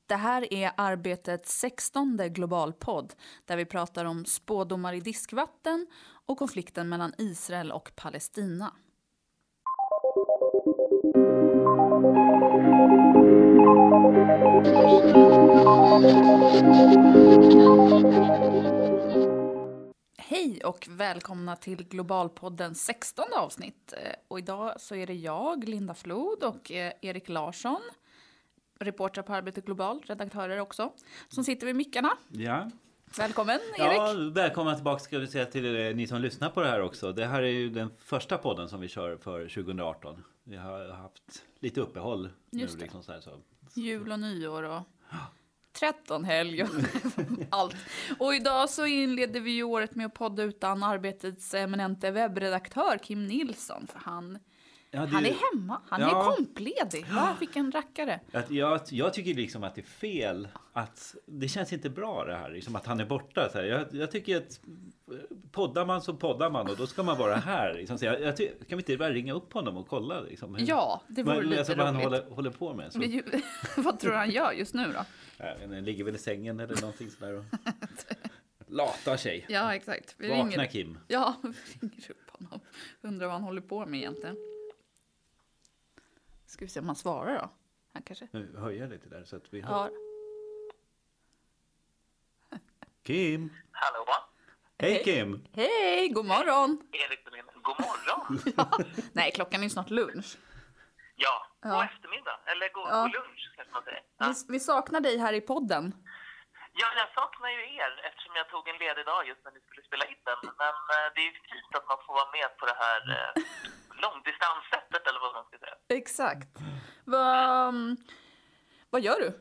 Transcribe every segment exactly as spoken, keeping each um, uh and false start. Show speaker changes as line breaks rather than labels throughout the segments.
Det här är Arbetets sextonde globalpodd där vi pratar om spådomar i diskvatten och konflikten mellan Israel och Palestina. Hej och välkomna till Globalpoddens sextonde avsnitt. Och idag så är det jag, Linda Flod och Erik Larsson, reporter på Arbetet Global, redaktörer också, som sitter vid mickarna.
Ja.
Välkommen, Erik.
Ja, välkomna tillbaka ska vi säga till er, ni som lyssnar på det här också. Det här är ju den första podden som vi kör för tjugo arton. Vi har haft lite uppehåll nu. Liksom så här, så.
Jul och nyår och tretton helg och allt. Och idag så inleder vi ju året med att podda utan Arbetets eminente webbredaktör Kim Nilsson. För han... Ja, det, han är hemma. Han ja, är kompledig. Va? Vilken rackare.
Att jag, jag tycker liksom att det är fel. Att, det känns inte bra det här. Liksom att han är borta. Så här. Jag, jag tycker att poddar man så poddar man. Och då ska man vara här. Liksom. Så jag, jag tycker, kan vi inte bara ringa upp honom och kolla? Liksom, hur,
ja, det vore
man,
lite
alltså,
roligt.
Vad han håller, håller på med. Så.
Ju, vad tror han gör just nu då?
Han ligger väl i sängen eller någonting sådär. Och latar sig.
Ja, exakt. Vi
Vakna
ringer,
Kim.
Ja, vi ringer upp honom. Undrar vad han håller på med egentligen. Ska vi se om han svarar då? Han kanske...
Nu höjer jag lite där så att vi hör.
Ja.
Kim.
Hallå?
Hej, Hej Kim.
Hej, god morgon.
Erik, god morgon.
Ja. Nej, klockan är ju snart lunch.
Ja, god
ja.
eftermiddag. Eller god,
ja.
god lunch kanske man säger. Ja.
Vi, vi saknar dig här i podden.
Ja, jag saknar ju er eftersom jag tog en ledig dag just när ni skulle spela in den. Men eh, det är ju fint att man får vara med på det här eh, långdistanssättet eller vad man ska säga.
Exakt. Va, vad gör du?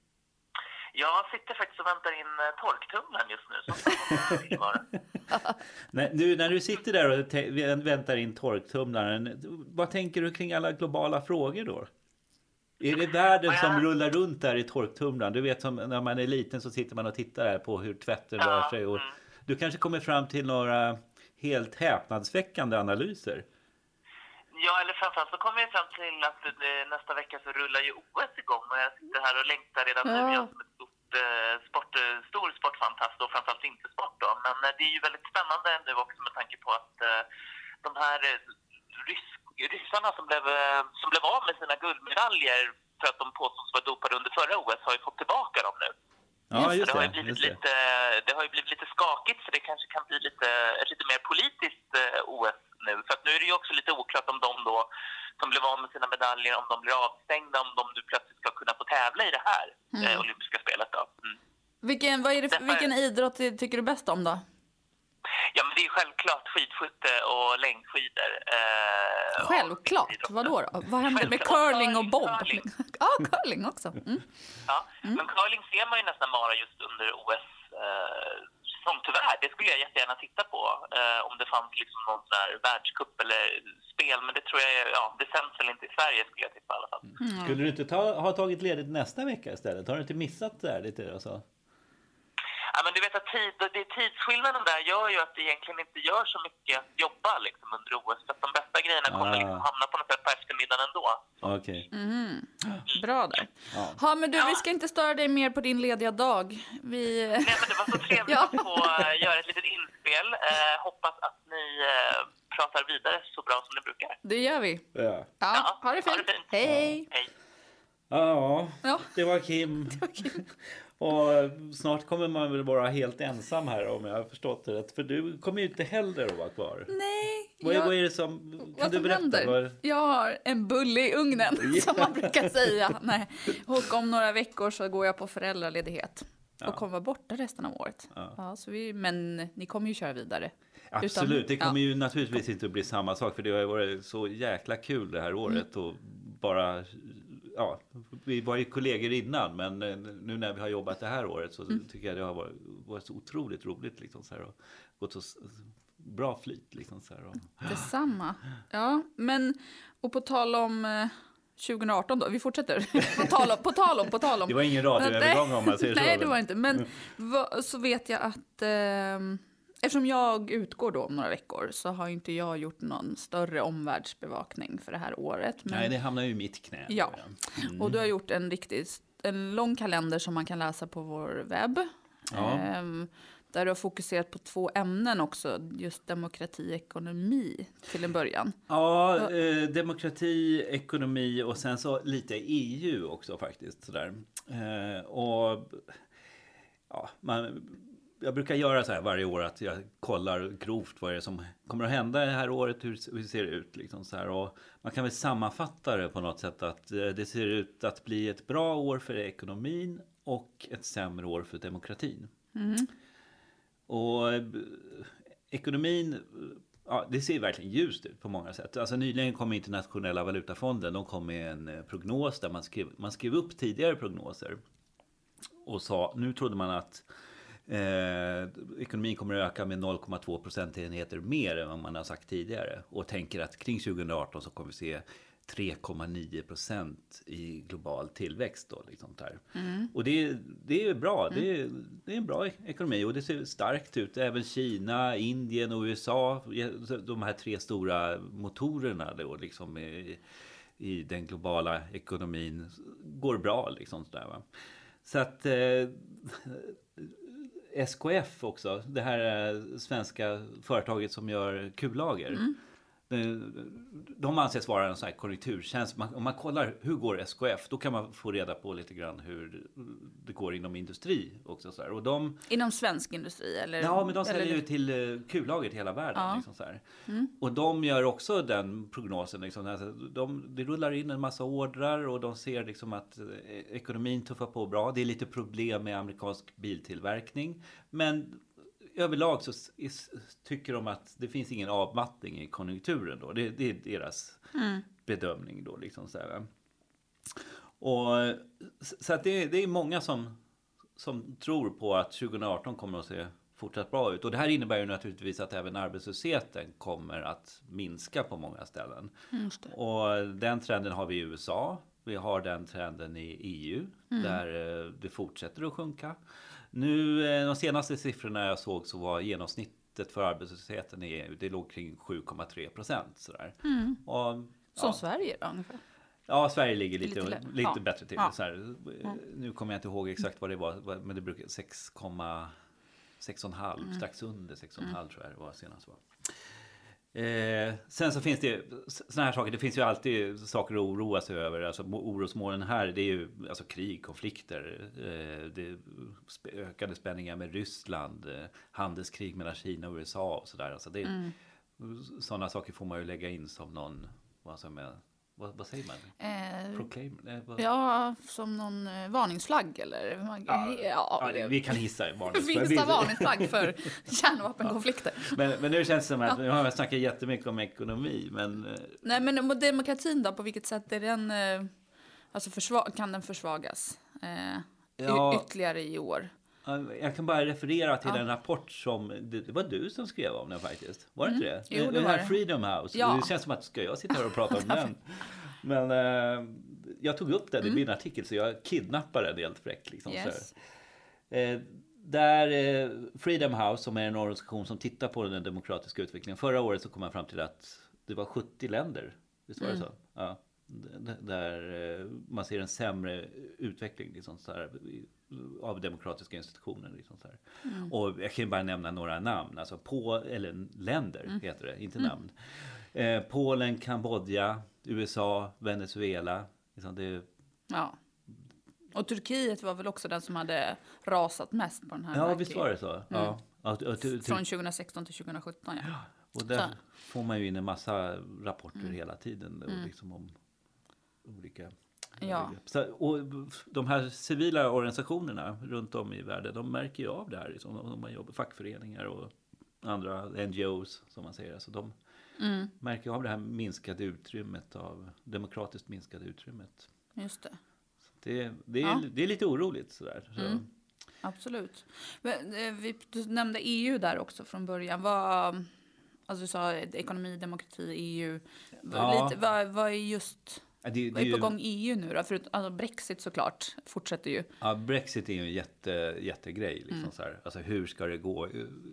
Jag sitter faktiskt och väntar in torktumlaren just nu. Som
Nej, nu, när du sitter där och te- väntar in torktumlaren, vad tänker du kring alla globala frågor då? Är det världen som rullar runt där i torktumlaren? Du vet som när man är liten så sitter man och tittar här på hur tvätten ja, rör sig. Och mm. Du kanske kommer fram till några helt häpnadsväckande analyser.
Ja, eller framförallt så kommer jag fram till att nästa vecka så rullar ju O S igång. Och jag sitter här och längtar redan nu. Jag som ett stort, sport, stor sportfantast och framförallt inte sport då. Men det är ju väldigt spännande nu också med tanke på att de här rysk ryssarna som blev, som blev av med sina guldmedaljer för att de påstås vara dopade under förra O S har ju fått tillbaka dem nu.
Ja, just
det, har ju
det,
blivit
just
lite, det har ju blivit lite skakigt så det kanske kan bli lite, lite mer politiskt O S nu. För att nu är det ju också lite oklart om de då som blev av med sina medaljer, om de blir avstängda, om de nu plötsligt ska kunna få tävla i det här mm. eh, olympiska spelet då. Mm.
Vilken, vad är det, Därför, vilken idrott tycker du bäst om då?
Ja, men det är självklart skidskytte och längdskidor. Eh,
självklart? Och Vadå då? Vad händer med curling och bob? Ja, ah, curling också. Mm.
Ja,
mm.
men curling ser man ju nästan bara just under O S. Eh, som tyvärr, det skulle jag jättegärna titta på. Eh, om det fanns liksom någon sån här världscup eller spel. Men det tror jag, ja, det sänds väl inte i Sverige skulle jag tippa i alla fall.
Mm. Skulle du inte ta, ha tagit ledigt nästa vecka istället? Har du inte missat det där lite alltså?
Ja, men du vet att tid, det tidsskillnaden där gör ju att det egentligen inte gör så mycket att jobba liksom under O S. För att de bästa grejerna ah. kommer liksom hamna på något sätt på eftermiddagen ändå.
Okej. Okay.
Mm. Bra där. Ja. Ha, men du, ja. vi ska inte störa dig mer på din lediga dag. Vi...
Nej, men det var så trevligt ja. att få uh, göra ett litet inspel. Uh, hoppas att ni uh, pratar vidare så bra som ni brukar.
Det gör vi.
Ja.
Ja, ja. Ha det fint. Ha det fint. Hej.
Hej.
Ja,
ja,
det var Kim.
Det var Kim.
Och snart kommer man väl vara helt ensam här om jag har förstått det rätt. För du kommer ju inte heller att vara kvar.
Nej.
Vad är,
jag...
vad är det som... Kan
vad
du
som
berätta? Vad...
Jag har en bulle i ugnen yeah. som man brukar säga. Nej. Och om några veckor så går jag på föräldraledighet. Ja. Och kommer vara borta resten av året. Ja. Ja, så vi... Men ni kommer ju köra vidare.
Absolut,
Utan...
det kommer
ja.
ju naturligtvis inte att bli samma sak. För det har ju varit så jäkla kul det här året. Mm. Och bara... Ja, vi var ju kollegor innan, men nu när vi har jobbat det här året så mm. tycker jag det har varit, varit så otroligt roligt liksom så här, och gått så bra flyt liksom så här. Och...
Detsamma. Ja, men och på tal om eh, tjugo arton då, vi fortsätter. på tal om, på tal om, på tal om.
Det var ingen radioövergång om man säger så.
Nej, det var inte, men va, så vet jag att eh, eftersom jag utgår då om några veckor så har inte jag gjort någon större omvärldsbevakning för det här året. Men...
Nej, det hamnar ju i mitt knä.
Ja, mm. och du har gjort en riktigt en lång kalender som man kan läsa på vår webb.
Ja.
Ehm, där du har fokuserat på två ämnen också, just demokrati och ekonomi till en början.
Ja, eh, demokrati, ekonomi och sen så lite E U också faktiskt. Sådär. Eh, och ja, man, jag brukar göra så här varje år att jag kollar grovt vad det är som kommer att hända det här året, hur, hur det ser ut. Liksom så här. Och man kan väl sammanfatta det på något sätt att eh, det ser ut att bli ett bra år för ekonomin och ett sämre år för demokratin.
Mm.
Och eh, ekonomin, ja, det ser verkligen ljust ut på många sätt. Alltså nyligen kom internationella valutafonden, de kom med en eh, prognos där man skrev, man skrev upp tidigare prognoser. Och sa, nu trodde man att eh, ekonomin kommer att öka med noll komma två procentenheter mer än vad man har sagt tidigare. Och tänker att kring tjugo arton så kommer vi se tre komma nio procent i global tillväxt då, liksom där. Mm. Och det, det är bra, mm. det, är, det är en bra ekonomi och det ser starkt ut. Även Kina, Indien och U S A, de här tre stora motorerna då, liksom i, i den globala ekonomin går bra liksom sådär, va. Så att eh, S K F också, det här svenska företaget som gör kullager. Mm. De anses vara en sån här konjunkturtjänst. Man, om man kollar hur går S K F, då kan man få reda på lite grann hur det går inom industri också. Så här. Och de,
inom svensk industri? Eller,
ja, men de säljer
eller?
ju till kullager till hela världen.
Ja.
Liksom så här.
Mm.
Och de gör också den prognosen. Liksom, alltså, de, det rullar in en massa ordrar och de ser liksom att ekonomin tuffar på bra. Det är lite problem med amerikansk biltillverkning. Men överlag så tycker de att det finns ingen avmattning i konjunkturen då. Det, det är deras mm. bedömning då liksom så här. Och så att det, det är många som som tror på att tjugo arton kommer att se fortsatt bra ut. Och det här innebär ju naturligtvis att även arbetslösheten kommer att minska på många ställen.
Just det.
Och den trenden har vi i U S A. Vi har den trenden i E U mm. där det fortsätter att sjunka. Nu, de senaste siffrorna jag såg så var genomsnittet för arbetslösheten i E U, det låg kring sju komma tre procent. Sådär.
Mm.
Och,
Som
ja.
Sverige då ungefär?
Ja, Sverige ligger lite, lite, lite
ja.
bättre till.
Ja.
Så här, ja. Nu kommer jag inte ihåg exakt vad det var, men det brukar sex komma sex komma fem, mm. strax under sex komma fem mm. tror jag det var senast var. Eh, sen så finns det såna här saker, det finns ju alltid saker att oroa sig över. Alltså orosmålen här, det är ju alltså krig, konflikter, eh, det ökade spänningar med Ryssland, eh, handelskrig mellan Kina och U S A och sådär. Alltså det, mm. sådana saker får man ju lägga in som någon, vad, som är, vad, vad säger man?
Eh,
Proclaim? Eh, vad?
Ja, som någon eh, varningsflagg eller?
Ja, ja, ja, vi kan hissa en varningsflagg.
Finns det varningsflagg för kärnvapenkonflikter?
Ja. Men, men nu känns det som att nu har jag snackat jättemycket om ekonomi, men...
Nej, men demokratin då, på vilket sätt är den, eh, alltså försvag, kan den försvagas eh, ja. ytterligare i år?
Jag kan bara referera till
ja.
en rapport som, det, det var du som skrev om den faktiskt. Var det
mm.
inte det?
Jo, det
den
var
här
det.
Freedom House.
Ja.
Det känns som att, ska jag sitta här och prata om den? Men eh, jag tog upp den mm. i min artikel så jag kidnappade den helt fräckt. Liksom,
yes.
eh, där eh, Freedom House, som är en organisation som tittar på den demokratiska utvecklingen. Förra året så kom man fram till att det var sjuttio länder. Visst var det mm. så? Ja. Där man ser en sämre utveckling liksom så här, av demokratiska institutioner liksom så här. Mm. Och jag kan bara nämna några namn, alltså på eller länder mm. heter det, inte mm. namn. Eh, Polen, Kambodja, U S A, Venezuela liksom det.
Ja. Och Turkiet var väl också den som hade rasat mest på den här.
Ja, visst var det så. Mm. Ja. Ja, t- t-
Från tjugohundrasexton till tjugohundrasjutton, ja.
Ja. Och där så. Får man ju in en massa rapporter mm. hela tiden och mm. liksom om olika.
Ja.
Så, och de här civila organisationerna runt om i världen, de märker ju av det här. Liksom, om man jobbar fackföreningar och andra N G Os som man säger. Så de mm. märker av det här minskade utrymmet av demokratiskt minskade utrymmet.
Just det.
Så det, det, är,
ja.
det är lite oroligt sådär. Så.
Mm. Absolut. Men, vi, du nämnde E U där också från början. Vad, alltså du sa ekonomi, demokrati, E U.
Ja.
Lite, vad, vad är just...
Ja, det, det
vad är på
ju,
gång E U nu då? För alltså Brexit såklart fortsätter ju.
Ja, Brexit är ju en jätte, jättegrej. Liksom, mm. så här. Alltså hur ska det gå?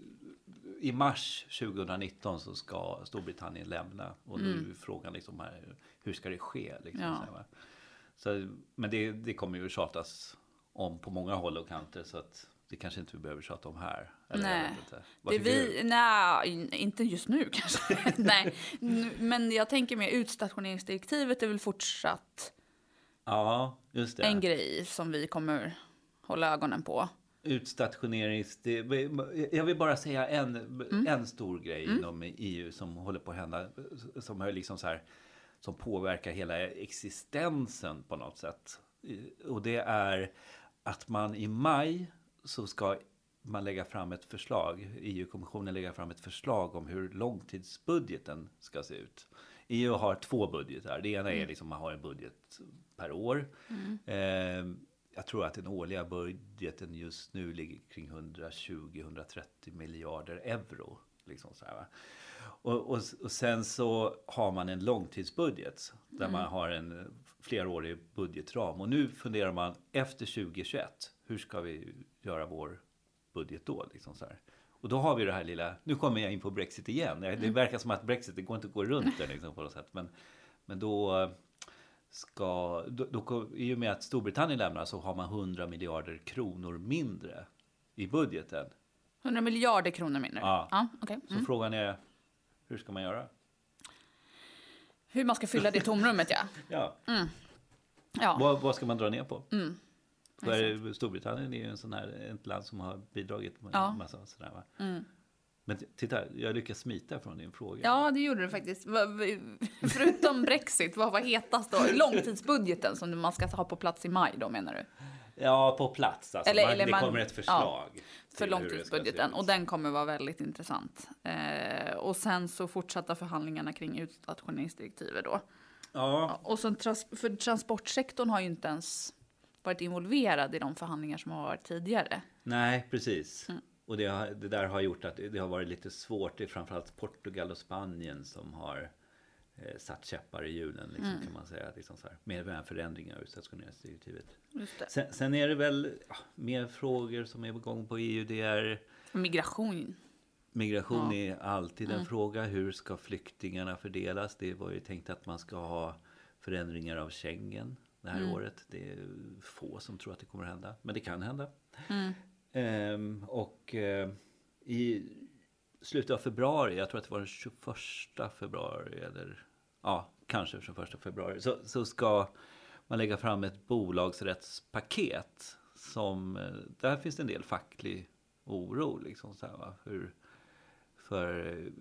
I mars tjugonitton så ska Storbritannien lämna. Och nu är mm. frågan liksom här, hur ska det ske? Liksom,
ja.
så, här, Så, men det, det kommer ju tjatas om på många håll och kanter, så att det kanske inte vi behöver tjata om här. Eller
Nej,
inte.
det vi, nej, inte just nu kanske. Nej, men jag tänker mer utstationeringsdirektivet är väl fortsatt
ja, just det.
En grej som vi kommer hålla ögonen på.
Utstationerings... Det, jag vill bara säga en, mm. en stor grej mm. inom E U som håller på att hända, som har liksom så här, som påverkar hela existensen på något sätt. Och det är att man i maj så ska man lägga fram ett förslag, E U-kommissionen lägga fram ett förslag om hur långtidsbudgeten ska se ut. E U har två budgetar. Det ena är liksom man har en budget per år. Mm. Eh, jag tror att den årliga budgeten just nu ligger kring hundratjugo till hundratrettio miljarder euro. Liksom så här, va? Och, och, och sen så har man en långtidsbudget där mm. man har en flerårig budgetram. Och nu funderar man efter tjugohundratjugoett, hur ska vi göra vår budget då? Liksom så här. Och då har vi det här lilla, nu kommer jag in på Brexit igen. Det mm. verkar som att Brexit, det går inte att gå runt där liksom på något sätt. Men, men då ska, då, då, i och med att Storbritannien lämnar så har man hundra miljarder kronor mindre i budgeten.
hundra miljarder kronor mindre?
Ja.
ja okay. mm.
Så frågan är, hur ska man göra?
Hur man ska fylla det tomrummet, ja.
ja.
Mm. ja.
Vad, vad ska man dra ner på?
Mm.
För Storbritannien är ju en sån här, ett land som har bidragit med ja. en massa sådär, va? Mm. Men titta, jag lyckas smita från din fråga.
Ja, det gjorde du faktiskt. Förutom Brexit, vad var hetast då? Långtidsbudgeten som man ska ha på plats i maj då, menar du?
Ja, på plats. Alltså.
Eller,
man,
eller
det
man,
kommer ett förslag.
Ja, för långtidsbudgeten. Och den kommer vara väldigt intressant. Eh, och sen så fortsätta förhandlingarna kring utstationeringsdirektivet då.
Ja.
Och så trans- för transportsektorn har ju inte ens varit involverad i de förhandlingar som har varit tidigare.
Nej, precis.
Mm.
Och det, har, det där har gjort att det har varit lite svårt. Det är framförallt Portugal och Spanien som har eh, satt käppar i hjulen, liksom, mm. kan man säga. Liksom så här, med den förändringar av utstationeringsdirektivet.
Just det.
Sen, sen är det väl ja, mer frågor som är på gång på E U. Det är
migration.
Migration
ja.
är alltid en
mm.
fråga. Hur ska flyktingarna fördelas? Det var ju tänkt att man ska ha förändringar av Schengen det här mm. året. Det är få som tror att det kommer att hända. Men det kan hända.
Mm.
Um, och uh, i slutet av februari, jag tror att det var den tjugoförsta februari eller ja, kanske tjugoförsta februari, så, så ska man lägga fram ett bolagsrättspaket som, uh, där finns det en del facklig oro liksom så här, va? Hur, för, uh,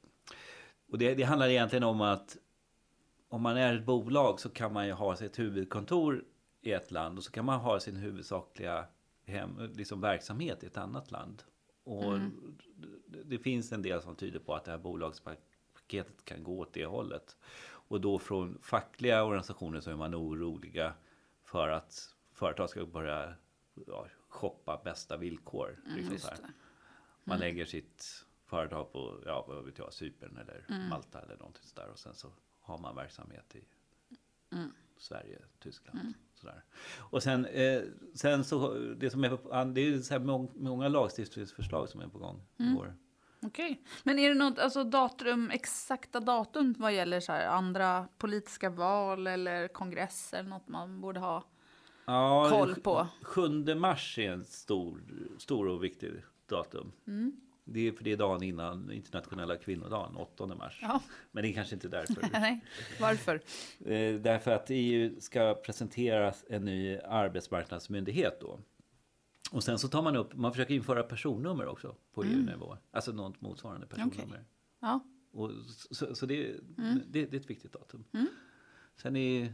och det, det handlar egentligen om att om man är ett bolag så kan man ju ha sitt huvudkontor i ett land och så kan man ha sin huvudsakliga hem, liksom verksamhet i ett annat land. Och mm. det, det finns en del som tyder på att det här bolagspaketet kan gå åt det hållet. Och då från fackliga organisationer så är man oroliga för att företag ska börja ja, shoppa bästa villkor.
Mm,
liksom så här.
Mm.
Man lägger sitt företag på ja, vad vet jag, Cypern eller
mm.
Malta eller någonting sådär. Och sen så har man verksamhet i
mm.
Sverige, Tyskland.
Mm.
Sådär. Och sen, eh, sen så, det som är på, det är så här många, många lagstiftningsförslag som är på gång.
Mm. Okej. Okay. Men är det något, alltså datum, exakta datum vad gäller så här, andra politiska val eller kongresser, något man borde ha
ja,
koll på?
sjunde mars är en stor, stor och viktig datum.
Mm.
Det är för det är dagen innan internationella kvinnodagen, åttonde mars.
Ja.
Men det är kanske inte därför.
Nej, varför?
Eh, därför att E U ska presentera en ny arbetsmarknadsmyndighet då. Och sen så tar man upp, man försöker införa personnummer också på mm. E U-nivå. Alltså något motsvarande personnummer. Okay.
Ja.
Och så, så det,
mm.
det, det är ett viktigt datum.
Mm.
Sen är,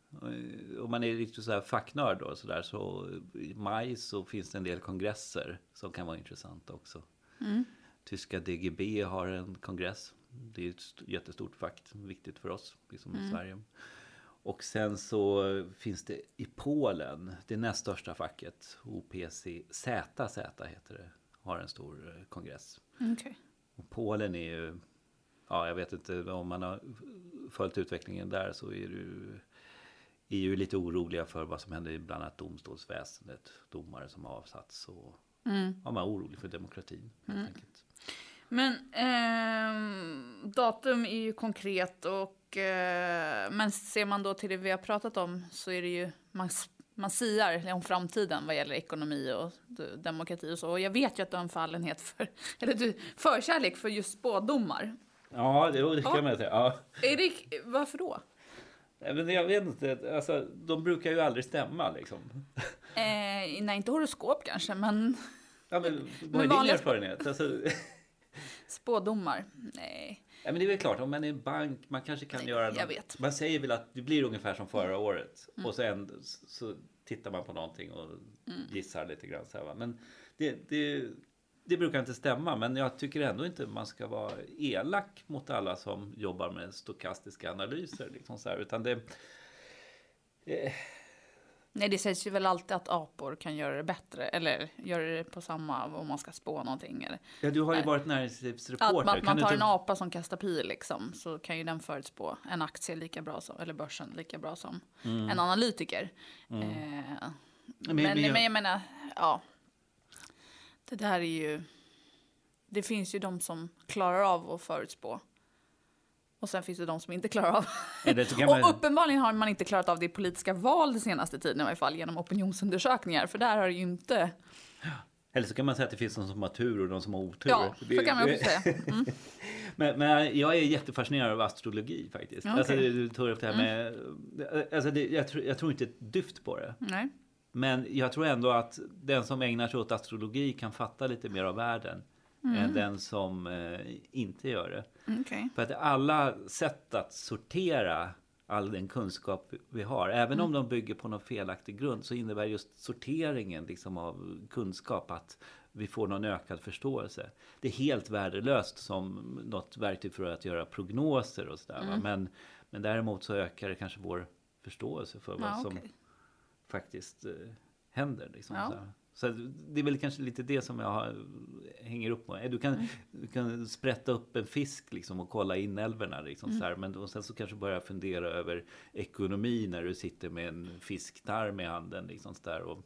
om man är riktigt så här facknörd då, så, där, så i maj så finns det en del kongresser som kan vara intressanta också.
Mm.
Tyska D G B har en kongress. Det är ett jättestort fack, viktigt för oss, liksom
mm.
i Sverige. Och sen så finns det i Polen, det näst största facket, O P C Z Z heter det, har en stor kongress.
Okay.
Och Polen är ju, ja jag vet inte om man har följt utvecklingen där så är det ju, är ju lite oroliga för vad som händer i bland annat domstolsväsendet, domare som har avsatts och mm. ja, man är orolig för demokratin helt
mm.
enkelt.
Men eh, datum är ju konkret och Och, eh, men ser man då till det vi har pratat om så är det ju, man, man siar om framtiden vad gäller ekonomi och demokrati och så. Och jag vet ju att du har en fallenhet för, eller du, förkärlek för just spådomar.
Ja, det, det kan ja. man säga. Ja.
Erik, varför då?
Men jag vet inte, alltså, de brukar ju aldrig stämma liksom.
Eh, nej, inte horoskop kanske, men...
Ja, men vad är din erfarenhet? Alltså...
Spådomar, nej.
Ja, men det är väl klart, om man är en bank, man kanske kan
nej,
göra...
Jag
någon...
vet.
Man säger väl att det blir ungefär som förra
mm.
året.
Mm.
Och sen så tittar man på någonting och
mm.
gissar lite grann. Så här, va? Men det, det, det brukar inte stämma, men jag tycker ändå inte man ska vara elak mot alla som jobbar med stokastiska analyser. Liksom så här, utan det... Eh...
Nej, det sägs ju väl alltid att apor kan göra det bättre. Eller göra det på samma, om man ska spå någonting. Eller.
Ja, du har ju varit näringslivsreporter.
Att man, man tar
inte...
en apa som kastar pil liksom, så kan ju den förutspå en aktie lika bra som, eller börsen lika bra som mm. en analytiker. Mm. Eh, men, men, jag... men jag menar, ja. Det där är ju... Det finns ju de som klarar av att förutspå. Och sen finns det de som inte klarar av. Man... Och uppenbarligen har man inte klarat av det politiska val de senaste tiden i alla fall genom opinionsundersökningar. För där har det ju inte...
Eller så kan man säga att det finns de som har tur och de som har otur.
Ja, så kan man också säga. Mm.
men, men jag är jättefascinerad av astrologi faktiskt.
Okay.
Alltså, du tog upp det här med... Mm. Alltså, det, jag, tror, jag tror inte ett dyft på det.
Nej.
Men jag tror ändå att den som ägnar sig åt astrologi kan fatta lite mer av världen. Mm. Än den som eh, inte gör det.
Okay.
För att alla sätt att sortera all den kunskap vi har, även mm. om de bygger på någon felaktig grund, så innebär just sorteringen liksom av kunskap att vi får någon ökad förståelse. Det är helt värdelöst som något verktyg för att göra prognoser och sådär. Mm. Men, men däremot så ökar det kanske vår förståelse för vad ja, som okay. faktiskt eh, händer. Liksom,
ja.
så här. Så det är väl kanske lite det som jag har, hänger upp på. Du kan, mm. du kan sprätta upp en fisk liksom och kolla inälvorna. Liksom, mm. så här, men och sen så kanske börja fundera över ekonomi när du sitter med en fisktarm i handen. Liksom, så där, och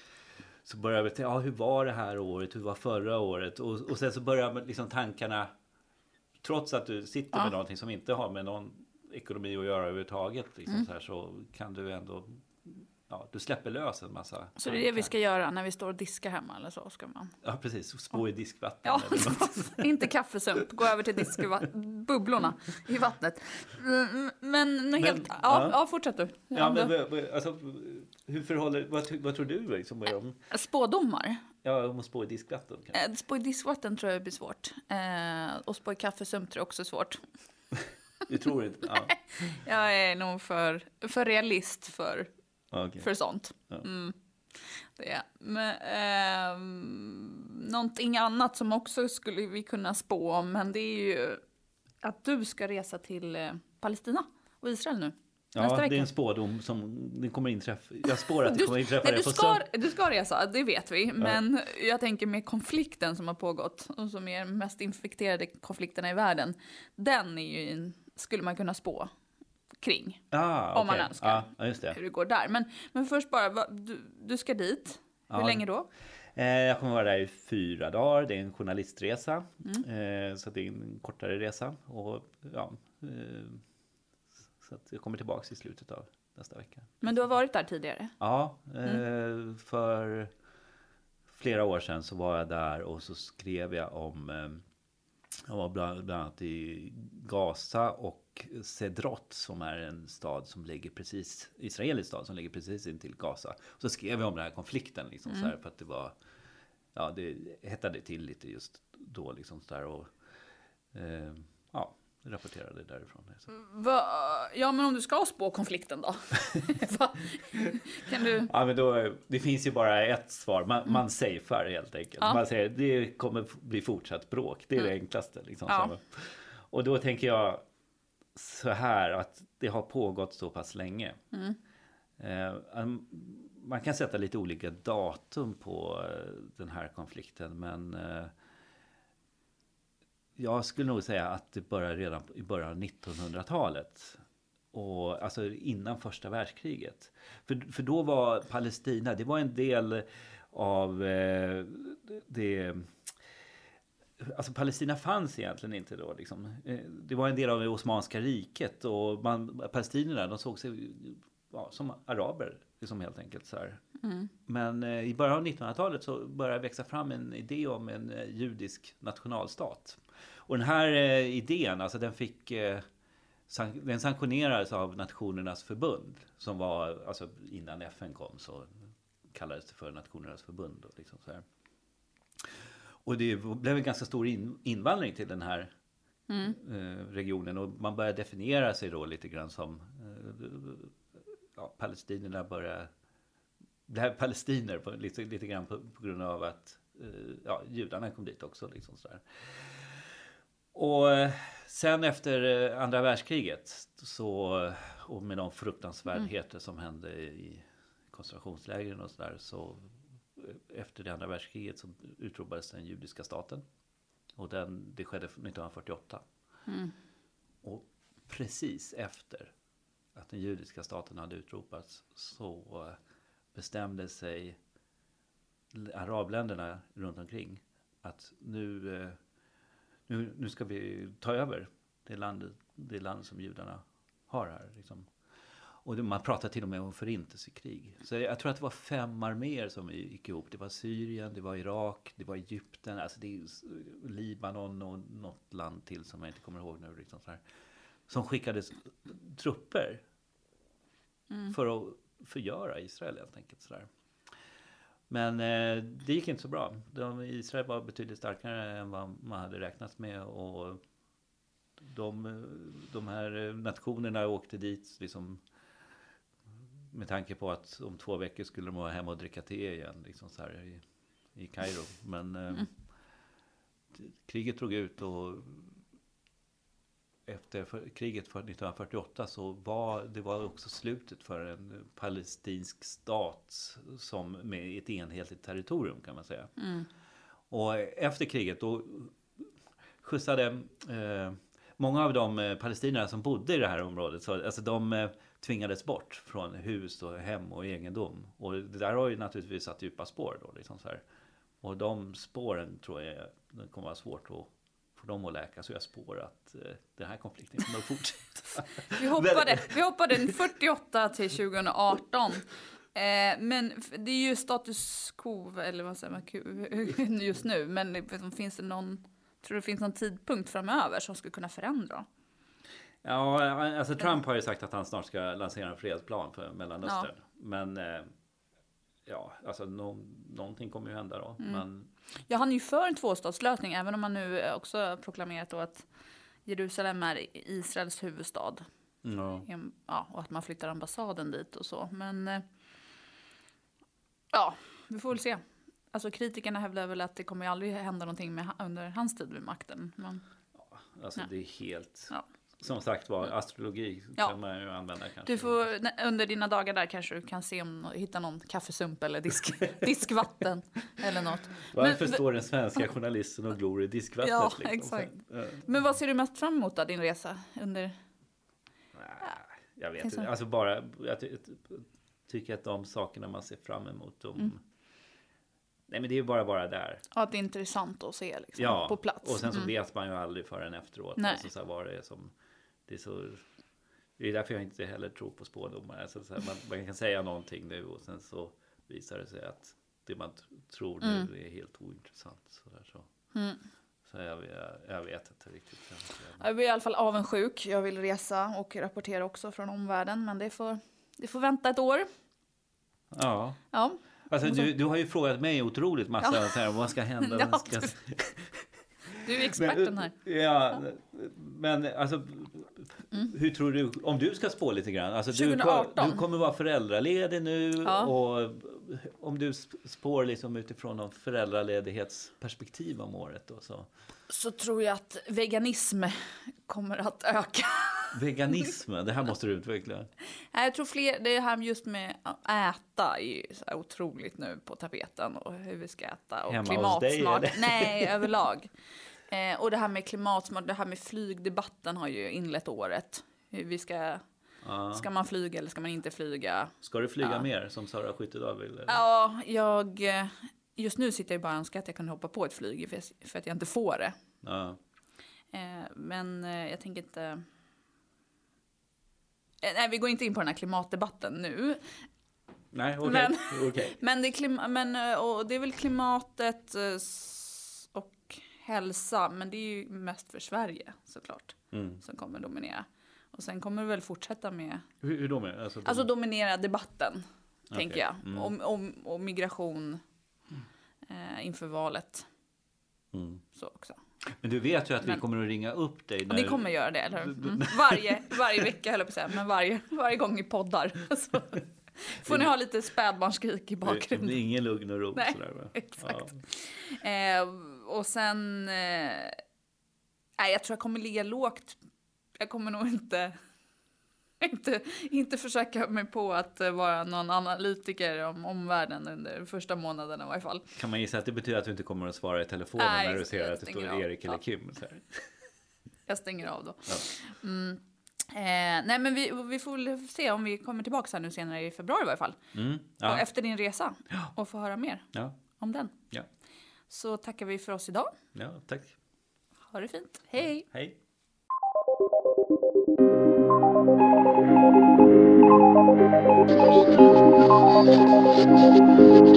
så börjar vi tänka, ja, hur var det här året? Hur var förra året? Och, och sen så börjar liksom tankarna, trots att du sitter ja. med någonting som inte har med någon ekonomi att göra överhuvudtaget. Liksom, mm. så, här, så kan du ändå... Ja, du släpper lös en massa.
Så det är det vi ska göra när vi står och diskar hemma eller så ska man.
Ja, precis. Spå i diskvatten.
Ja, inte kaffesump. Gå över till diskbubblorna i vattnet. Men, men helt... Ja, ja. ja, fortsätt du. Ja,
ja men alltså, hur förhåller... Vad, vad tror du liksom om...
Spådomar?
Ja, om att spå i diskvatten.
Kanske. Spå i diskvatten tror jag blir svårt. Eh, och spå i kaffesump tror jag också är svårt.
Du tror inte? Ja.
Jag är nog för, för realist för...
Okay.
För sånt. Ja. Mm. Det är. Men, eh, någonting annat som också skulle vi kunna spå om, men det är ju att du ska resa till eh, Palestina och Israel nu.
Ja, nästa vecka. Det är en spådom som det kommer inträffa. Jag spår att det
du,
kommer inträffa.
Nej,
det
du, ska, du ska resa, det vet vi. Ja. Men jag tänker med konflikten som har pågått och som är den mest infekterade konflikterna i världen. Den är ju en, skulle man kunna spå kring.
Ah,
om
okay.
man önskar
ah, just det.
hur det går där. Men, men först bara, va, du, du ska dit. Hur
ja.
länge då?
Eh, jag kommer vara där i fyra dagar. Det är en journalistresa.
Mm.
Eh, så det är en kortare resa. Och, ja, eh, så att jag kommer tillbaka i slutet av nästa vecka.
Men du har varit där tidigare?
Ja, eh, mm. för flera år sedan så var jag där och så skrev jag om... Eh, jag var bland, bland annat i Gaza och Sedrot som är en stad som ligger precis, israelisk stad som ligger precis intill Gaza. Så skrev jag om den här konflikten liksom mm. så här, för att det var, ja det hettade till lite just då liksom så där och eh, ja, rapporterade därifrån. Så.
Va, ja men om du ska spå konflikten då? Kan du?
Ja men då, det finns ju bara ett svar, man, mm. man safear helt enkelt. Ja. Man säger det kommer bli fortsatt bråk, det är mm. det enklaste. Liksom,
ja.
Och då tänker jag så här att det har pågått så pass länge.
Mm.
Eh, man kan sätta lite olika datum på den här konflikten, men eh, jag skulle nog säga att det började redan i början av nittonhundratalet. Och, alltså innan första världskriget. För, för då var Palestina, det var en del av eh, det alltså Palestina fanns egentligen inte då. Liksom. Det var en del av det Osmanska riket och man, palestinierna, de såg sig ja, som araber liksom helt enkelt. Så här. Mm. Men eh, i början av nittonhundratalet så började det växa fram en idé om en eh, judisk nationalstat. Och den här eh, idén, alltså den fick... Eh, san- den sanktionerades av Nationernas förbund som var, alltså innan F N kom så kallades det för Nationernas förbund. Och, liksom så här. Och det blev en ganska stor in- invandring till den här mm. eh, regionen och man började definiera sig då lite grann som eh, ja, palestinierna började det här palestiner på, lite, lite grann på, på grund av att eh, ja, judarna kom dit också liksom så där. Och eh, sen efter eh, andra världskriget så och med de fruktansvärdheter mm. som hände i koncentrationslägren och så där så efter det andra världskriget så utropades den judiska staten. Och den, det skedde nittonhundrafyrtioåtta. Mm. Och precis efter att den judiska staten hade utropats så bestämde sig arabländerna runt omkring att nu, nu, nu ska vi ta över det land, det land som judarna har här. Liksom. Och man pratar till och med om förintelsekrig. Så jag tror att det var fem arméer som gick ihop. Det var Syrien, det var Irak, det var Egypten, alltså det är Libanon och något land till som jag inte kommer ihåg nu. Liksom så här, som skickade trupper mm. för att förgöra Israel helt enkelt. Så där. Men eh, det gick inte så bra. De, Israel var betydligt starkare än vad man hade räknat med och de, de här nationerna åkte dit liksom med tanke på att om två veckor skulle de vara hemma och dricka te igen liksom så här i, i Kairo. Men eh, mm. kriget drog ut och efter för, kriget för nittonhundrafyrtioåtta så var det var också slutet för en palestinsk stat som med ett enhetligt territorium kan man säga. Mm. Och efter kriget då skjutsade eh, många av de palestinierna som bodde i det här området så alltså de eh, tvingades bort från hus och hem och egendom. Och det där har ju naturligtvis satt djupa spår då liksom så här. Och de spåren tror jag det kommer vara svårt att för dem att läka, så jag spår att eh, den här konflikten kommer att fortsätta.
vi, hoppade, vi hoppade fyrtioåtta till tjugoarton. Eh, men det är ju status quo, eller vad säger man, just nu. Men det, finns det någon, tror du det finns någon tidpunkt framöver som skulle kunna förändra?
Ja, alltså Trump har ju sagt att han snart ska lansera en fredsplan för Mellanöstern. Ja. Men eh, ja, alltså no, någonting kommer ju hända då. Mm. Men...
Ja, han är ju för en tvåstatslösning, även om man nu också proklamerat då att Jerusalem är Israels huvudstad. Mm. Ja, och att man flyttar ambassaden dit och så. Men ja, vi får väl se. Alltså kritikerna hävdar väl att det kommer ju aldrig hända någonting med, under hans tid vid makten. Men...
Ja, alltså ja. Det är helt...
Ja.
Som sagt var, astrologi
ja.
kan man ju använda kanske.
Du får, under dina dagar där kanske du kan se om hitta någon kaffesump eller disk, diskvatten eller något.
Varför men, står den svenska journalisten och glor i diskvattnet?
Ja,
liksom?
exakt. Ja. Men vad ser du mest fram emot av din resa? Under...
Nej, jag vet inte. Alltså bara, jag ty- tycker att de sakerna man ser fram emot, de... Mm. Nej, men det är ju bara bara där.
Ja, det är intressant att se liksom,
ja,
på plats.
Och sen så
mm.
vet man ju aldrig förrän efteråt.
Nej.
Alltså, så här, vad det är som... Det är, så, det är därför jag inte heller tror på spådomar. Alltså, så här, man, man kan säga någonting nu och sen så visar det sig att det man t- tror nu mm. är helt ointressant. Så där, så. Mm. så jag, jag, jag vet inte riktigt. Jag,
jag blir i alla fall avundsjuk. Jag vill resa och rapportera också från omvärlden. Men det får, det får vänta ett år.
Ja.
Ja.
Alltså, du, du har ju frågat mig otroligt massa ja. så här, vad ska hända.
Ja,
vad ska...
Du är experten här.
Ja, ja. Men alltså, mm. hur tror du, om du ska spå lite grann, alltså, du, du kommer vara föräldraledig nu ja. och om du spår liksom utifrån någon föräldraledighetsperspektiv om året då, så.
Så tror jag att veganism kommer att öka.
Veganism, det här måste du utveckla.
Jag tror fler, det här just med att äta är så här otroligt nu på tapeten och hur vi ska äta och
hemma
klimatsmart. Dig, nej, överlag. Eh, och det här med klimatsmart, det här med flygdebatten har ju inlett året. Hur vi ska, ah. ska man flyga eller ska man inte flyga?
Ska du flyga ja. mer som Sara Skyttedal vill? Eller?
Ja, jag just nu sitter jag bara och önskar att jag kunde hoppa på ett flyg för, för att jag inte får det.
Ja.
Eh, men eh, jag tänker inte... Eh, nej, vi går inte in på den här klimatdebatten nu.
Nej, okej.
Men,
okay.
men, det, är klima, men och det är väl klimatet eh, och hälsa, men det är ju mest för Sverige såklart
mm.
som kommer dominera. Och sen kommer det väl fortsätta med...
Hur, hur då med? Alltså,
alltså dominera debatten, okay. tänker jag.
Mm.
Om, om, om migration eh, inför valet.
Mm.
Så också.
Men du vet ju att
men,
vi kommer att ringa upp dig. När...
Vi kommer göra det, eller hur? Mm. Varje, varje vecka, höll jag på att säga. Men varje, varje gång i poddar. Så får ni ha lite spädbarnskrik i bakgrunden.
Det blir ingen lugn och ro.
Nej,
sådär, va?
exakt. Ja. Eh, och sen... Eh, nej, jag tror jag kommer ligga lågt. Jag kommer nog inte... Inte, inte försöka mig på att vara någon analytiker om omvärlden under första månaden i varje fall.
Kan man gissa att det betyder att du inte kommer att svara i telefonen
nej,
när du ser att det står
av.
Erik eller
ja.
Kim? Så här.
Jag stänger av då.
Ja.
Mm. Eh, nej men vi, vi får väl se om vi kommer tillbaka här nu senare i februari i varje fall.
Mm. Ja.
Och efter din resa.
Ja.
Och få höra mer
ja.
om den.
Ja.
Så tackar vi för oss idag.
Ja, tack.
Ha det fint. Hej!
Hej!
Thank you.